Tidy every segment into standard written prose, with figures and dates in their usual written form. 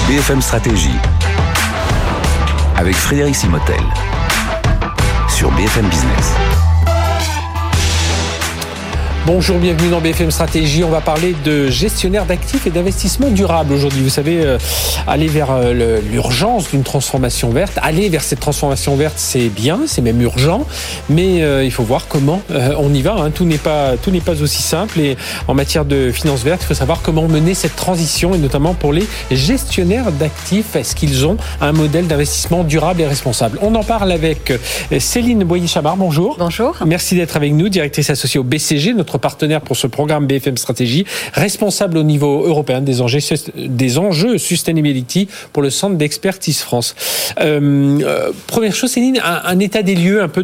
BFM Stratégie avec Frédéric Simotel sur BFM Business. Bonjour, bienvenue dans BFM Stratégie. On va parler de gestionnaire d'actifs et d'investissement durable aujourd'hui. Vous savez, aller vers l'urgence d'une transformation verte, aller vers cette transformation verte, c'est bien, c'est même urgent, mais il faut voir comment on y va. Tout n'est pas aussi simple. Et en matière de finances vertes, il faut savoir comment mener cette transition, et notamment pour les gestionnaires d'actifs. Est-ce qu'ils ont un modèle d'investissement durable et responsable? On en parle avec Céline Boyer-Chamard. Bonjour. Bonjour. Merci d'être avec nous, directrice associée au BCG, notre partenaire pour ce programme BFM Stratégie, responsable au niveau européen des enjeux sustainability pour le Centre d'expertise France. Première chose, Céline, un état des lieux un peu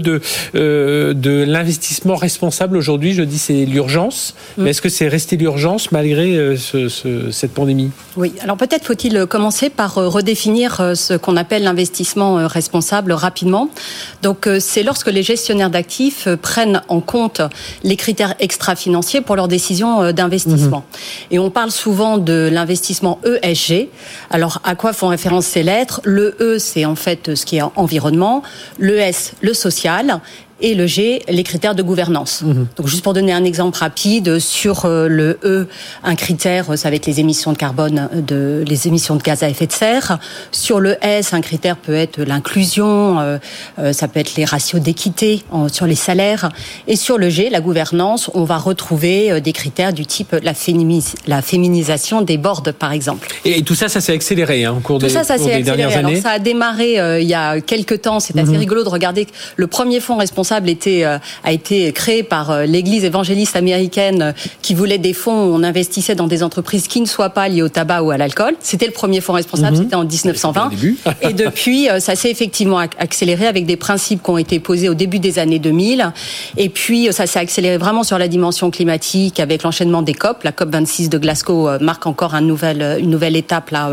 de l'investissement responsable aujourd'hui. Je dis c'est l'urgence, mais est-ce que c'est resté l'urgence malgré cette pandémie? Oui, alors peut-être faut-il commencer par redéfinir ce qu'on appelle l'investissement responsable rapidement. Donc c'est lorsque les gestionnaires d'actifs prennent en compte les critères extra-financiers pour leurs décisions d'investissement. Et on parle souvent de l'investissement ESG. Alors, à quoi font référence ces lettres? Le E, c'est en fait ce qui est environnement. Le S, le social. Et le G, les critères de gouvernance. Donc, juste pour donner un exemple rapide, sur le E, un critère, ça va être les émissions de carbone, les émissions de gaz à effet de serre. Sur le S, un critère peut être l'inclusion, ça peut être les ratios d'équité sur les salaires. Et sur le G, la gouvernance, on va retrouver des critères du type la féminisation des boards, par exemple. Et tout ça, ça s'est accéléré au cours des dernières années. Alors, ça a démarré il y a quelques temps. C'est assez rigolo de regarder que le premier fonds responsable a été créé par l'Église évangéliste américaine qui voulait des fonds où on investissait dans des entreprises qui ne soient pas liées au tabac ou à l'alcool. C'était le premier fonds responsable, c'était en 1920. Et depuis, ça s'est effectivement accéléré avec des principes qui ont été posés au début des années 2000. Et puis, ça s'est accéléré vraiment sur la dimension climatique avec l'enchaînement des COP. La COP 26 de Glasgow marque encore une nouvelle étape là,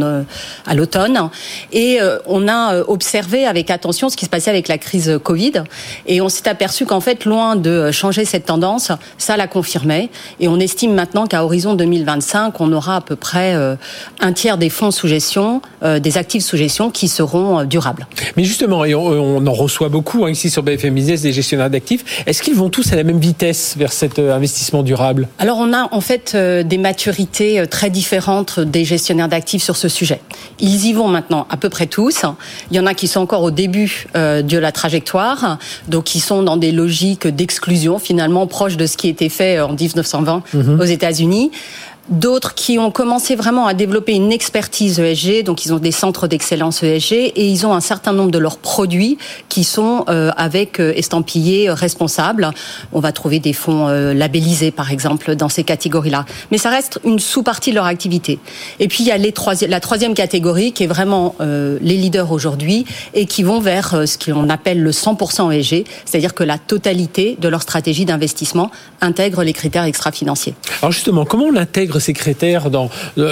à l'automne. Et on a observé avec attention ce qui se passait avec la crise Covid. Et on s'est aperçu qu'en fait, loin de changer cette tendance, ça la confirmait. Et on estime maintenant qu'à horizon 2025, on aura à peu près un tiers des fonds sous gestion, des actifs sous gestion qui seront durables. Mais justement, et on en reçoit beaucoup ici sur BFM Business des gestionnaires d'actifs. Est-ce qu'ils vont tous à la même vitesse vers cet investissement durable? Alors, on a en fait des maturités très différentes des gestionnaires d'actifs sur ce sujet. Ils y vont maintenant à peu près tous. Il y en a qui sont encore au début de la trajectoire. Donc, qui sont dans des logiques d'exclusion, finalement, proches de ce qui était fait en 1920 aux États-Unis. D'autres qui ont commencé vraiment à développer une expertise ESG, donc ils ont des centres d'excellence ESG et ils ont un certain nombre de leurs produits qui sont avec estampillés responsables. On va trouver des fonds labellisés, par exemple, dans ces catégories-là. Mais ça reste une sous-partie de leur activité. Et puis il y a la troisième catégorie qui est vraiment les leaders aujourd'hui et qui vont vers ce qu'on appelle le 100% ESG, c'est-à-dire que la totalité de leur stratégie d'investissement intègre les critères extra-financiers. Alors justement, comment on intègre ces critères dans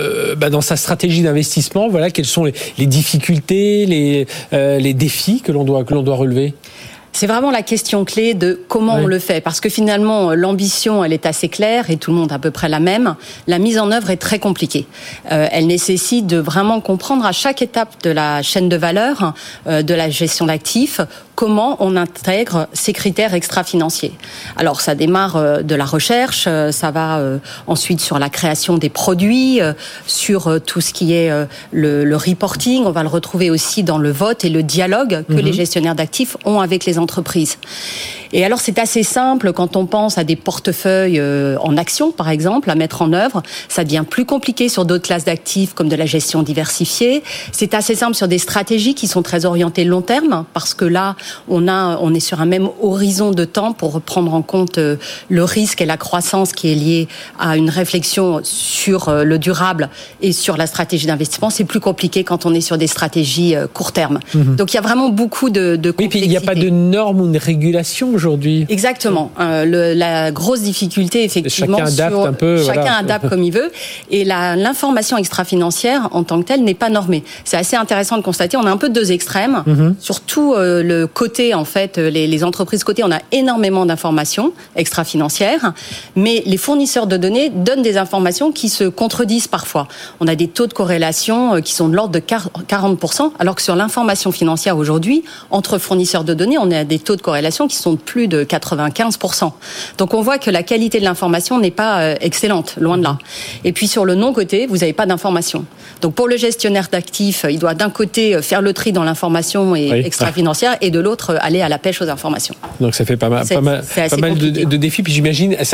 sa stratégie d'investissement? Voilà, quelles sont les difficultés, les défis que l'on doit relever? C'est vraiment la question clé de comment on le fait. Parce que finalement, l'ambition, elle est assez claire et tout le monde a à peu près la même. La mise en œuvre est très compliquée. Elle nécessite de vraiment comprendre à chaque étape de la chaîne de valeur, de la gestion d'actifs, comment on intègre ces critères extra-financiers. Alors, ça démarre de la recherche, ça va ensuite sur la création des produits, sur tout ce qui est le reporting. On va le retrouver aussi dans le vote et le dialogue que les gestionnaires d'actifs ont avec les entreprises. Et alors, c'est assez simple quand on pense à des portefeuilles en action, par exemple, à mettre en œuvre. Ça devient plus compliqué sur d'autres classes d'actifs, comme de la gestion diversifiée. C'est assez simple sur des stratégies qui sont très orientées long terme, parce que là, on est sur un même horizon de temps pour prendre en compte le risque et la croissance qui est liée à une réflexion sur le durable et sur la stratégie d'investissement. C'est plus compliqué quand on est sur des stratégies court terme. Donc, il y a vraiment beaucoup de complexité. Oui, puis il n'y a pas de normes ou de régulation aujourd'hui. Exactement. La grosse difficulté, effectivement, chacun adapte comme il veut. Et l'information extra-financière, en tant que telle, n'est pas normée. C'est assez intéressant de constater. On a un peu deux extrêmes. Surtout le cotées, en fait, les entreprises cotées, on a énormément d'informations extra-financières, mais les fournisseurs de données donnent des informations qui se contredisent parfois. On a des taux de corrélation qui sont de l'ordre de 40%, alors que sur l'information financière aujourd'hui, entre fournisseurs de données, on a des taux de corrélation qui sont de plus de 95%. Donc on voit que la qualité de l'information n'est pas excellente, loin de là. Et puis sur le non-coté, vous n'avez pas d'information. Donc pour le gestionnaire d'actifs, il doit d'un côté faire le tri dans l'information extra-financière et de l'autre aller à la pêche aux informations. Donc ça fait pas mal de défis. Puis j'imagine, c'est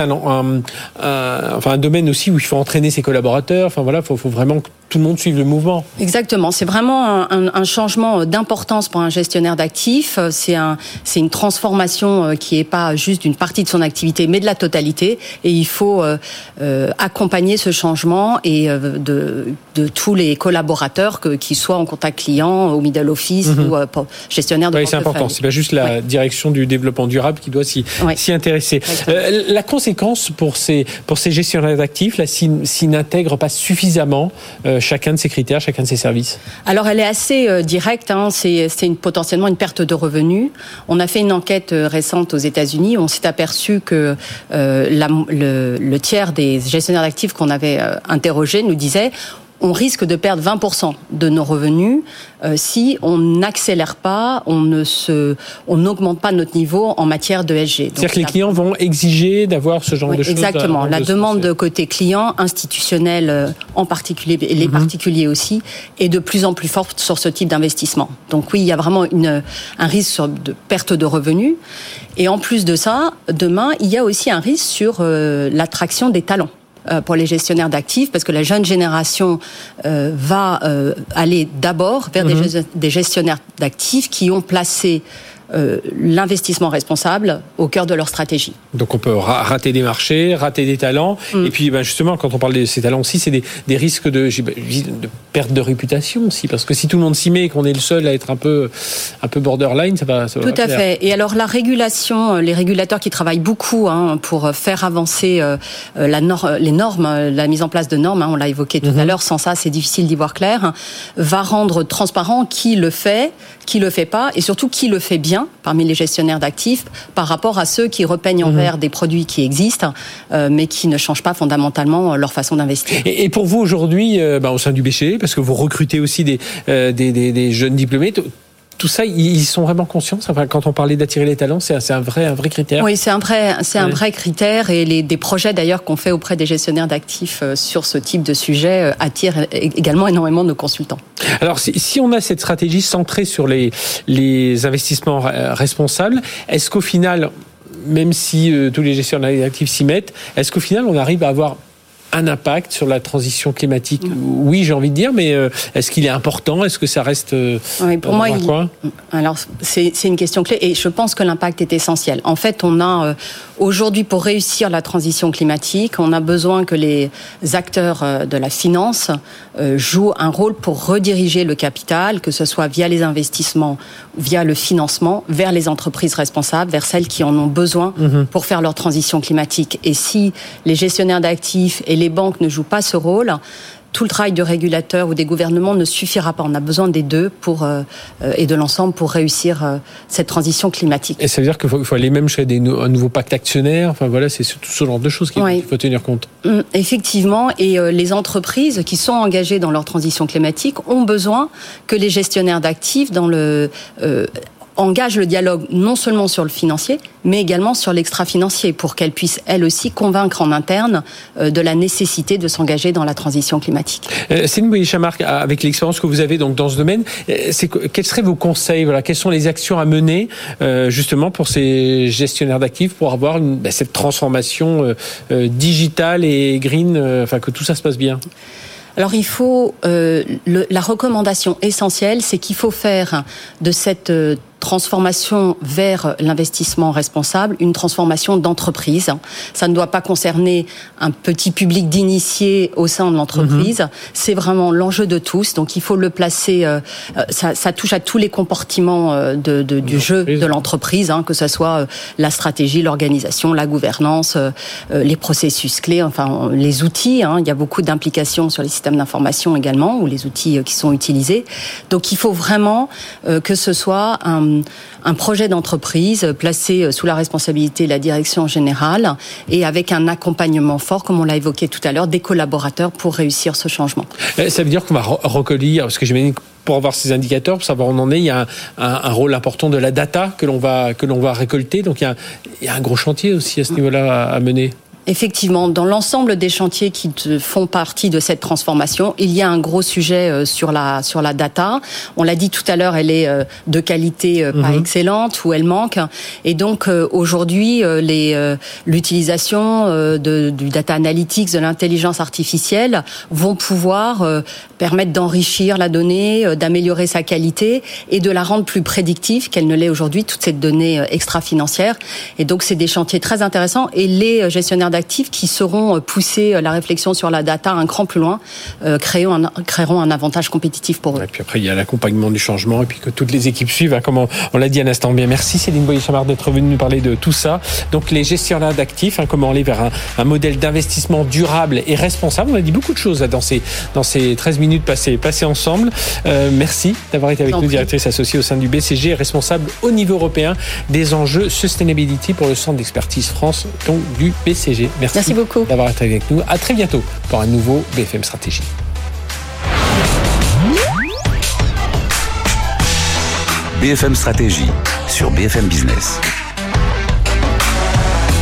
un domaine aussi où il faut entraîner ses collaborateurs. Enfin voilà, faut vraiment que tout le monde suive le mouvement. Exactement. C'est vraiment un changement d'importance pour un gestionnaire d'actifs. C'est une transformation qui est pas juste d'une partie de son activité, mais de la totalité. Et il faut accompagner ce changement et de tous les collaborateurs, qu'ils soient en contact client, au middle office ou gestionnaire de portefeuille. C'est important. C'est pas juste la direction du développement durable qui doit s'y intéresser. La conséquence pour ces gestionnaires d'actifs, là, s'ils n'intègrent pas suffisamment chacun de ces critères, chacun de ces services. Alors, elle est assez directe. C'est potentiellement une perte de revenus. On a fait une enquête récente aux États-Unis. On s'est aperçu que le tiers des gestionnaires d'actifs qu'on avait interrogés nous disait on risque de perdre 20% de nos revenus si on n'accélère pas, on n'augmente pas notre niveau en matière de ESG. C'est-à-dire que les clients vont exiger d'avoir ce genre de choses. Exactement. La demande de côté client, institutionnel en particulier, et les particuliers aussi, est de plus en plus forte sur ce type d'investissement. Donc oui, il y a vraiment un risque de perte de revenus. Et en plus de ça, demain, il y a aussi un risque sur l'attraction des talents pour les gestionnaires d'actifs, parce que la jeune génération va aller d'abord vers des gestionnaires d'actifs qui ont placé l'investissement responsable au cœur de leur stratégie. Donc on peut rater des marchés, rater des talents, et puis justement quand on parle de ces talents aussi, c'est des risques de perte de réputation aussi, parce que si tout le monde s'y met et qu'on est le seul à être un peu borderline, ça va tout à fait. Et alors la régulation, les régulateurs qui travaillent beaucoup pour faire avancer les normes, la mise en place de normes, on l'a évoqué tout à l'heure, sans ça c'est difficile d'y voir clair, va rendre transparent qui le fait pas, et surtout qui le fait bien parmi les gestionnaires d'actifs par rapport à ceux qui repeignent en vert des produits qui existent, mais qui ne changent pas fondamentalement leur façon d'investir. Et pour vous aujourd'hui, au sein du BCG, parce que vous recrutez aussi des jeunes diplômés, tout ça, ils sont vraiment conscients. Enfin, quand on parlait d'attirer les talents, c'est un vrai critère. Oui, c'est un vrai critère, et des projets d'ailleurs qu'on fait auprès des gestionnaires d'actifs sur ce type de sujet attirent également énormément nos consultants. Alors, si on a cette stratégie centrée sur les investissements responsables, est-ce qu'au final, même si tous les gestionnaires d'actifs s'y mettent, est-ce qu'au final on arrive à avoir un impact sur la transition climatique? Oui, j'ai envie de dire, mais est-ce qu'il est important? Est-ce que ça reste pour moi, alors c'est une question clé, et je pense que l'impact est essentiel. En fait, on a aujourd'hui, pour réussir la transition climatique, on a besoin que les acteurs de la finance jouent un rôle pour rediriger le capital, que ce soit via les investissements, via le financement, vers les entreprises responsables, vers celles qui en ont besoin pour faire leur transition climatique. Et si les gestionnaires d'actifs et les banques ne jouent pas ce rôle, tout le travail de régulateur ou des gouvernements ne suffira pas. On a besoin des deux et de l'ensemble pour réussir cette transition climatique. Et ça veut dire qu'il faut aller même chez un nouveau pacte actionnaire. Enfin voilà, c'est tout ce genre de choses qu'il faut tenir compte. Effectivement, et les entreprises qui sont engagées dans leur transition climatique ont besoin que les gestionnaires d'actifs engage le dialogue non seulement sur le financier, mais également sur l'extra-financier, pour qu'elles puissent, elles aussi, convaincre en interne de la nécessité de s'engager dans la transition climatique. Céline Boyer-Chamarque, avec l'expérience que vous avez donc dans ce domaine, quels seraient vos conseils? Voilà, quelles sont les actions à mener justement pour ces gestionnaires d'actifs pour avoir cette transformation digitale et green, que tout ça se passe bien? Alors il faut la recommandation essentielle, c'est qu'il faut faire de cette transformation vers l'investissement responsable, une transformation d'entreprise. Ça ne doit pas concerner un petit public d'initiés au sein de l'entreprise. C'est vraiment l'enjeu de tous. Donc il faut le placer. Ça touche à tous les comportements du jeu de l'entreprise, que ce soit la stratégie, l'organisation, la gouvernance, les processus clés, les outils. Il y a beaucoup d'implications sur les systèmes d'information également, ou les outils qui sont utilisés. Donc il faut vraiment que ce soit un un projet d'entreprise placé sous la responsabilité de la direction générale et avec un accompagnement fort, comme on l'a évoqué tout à l'heure, des collaborateurs pour réussir ce changement. Ça veut dire qu'on va recueillir, parce que j'imagine que pour avoir ces indicateurs, pour savoir où on en est, il y a un rôle important de la data que l'on va récolter. Donc il y a un gros chantier aussi à ce niveau-là à mener. Effectivement, dans l'ensemble des chantiers qui font partie de cette transformation, il y a un gros sujet sur la data. On l'a dit tout à l'heure, elle est de qualité pas excellente ou elle manque. Et donc aujourd'hui, l'utilisation du data analytics, de l'intelligence artificielle, vont pouvoir permettre d'enrichir la donnée, d'améliorer sa qualité et de la rendre plus prédictive qu'elle ne l'est aujourd'hui, toute cette donnée extra-financière. Et donc c'est des chantiers très intéressants et les gestionnaires d'actifs qui sauront pousser la réflexion sur la data un cran plus loin, créeront un avantage compétitif pour eux. Et puis après, il y a l'accompagnement du changement et puis que toutes les équipes suivent, comme on l'a dit à l'instant. Bien, merci Céline Boyer-Chamard d'être venue nous parler de tout ça. Donc les gestionnaires d'actifs, comment aller vers un modèle d'investissement durable et responsable. On a dit beaucoup de choses là, dans ces 13 minutes passées ensemble. Merci d'avoir été avec nous, directrice associée au sein du BCG, responsable au niveau européen des enjeux sustainability pour le centre d'expertise France, donc du BCG. Merci beaucoup d'avoir été avec nous. À très bientôt pour un nouveau BFM Stratégie. BFM Stratégie sur BFM Business.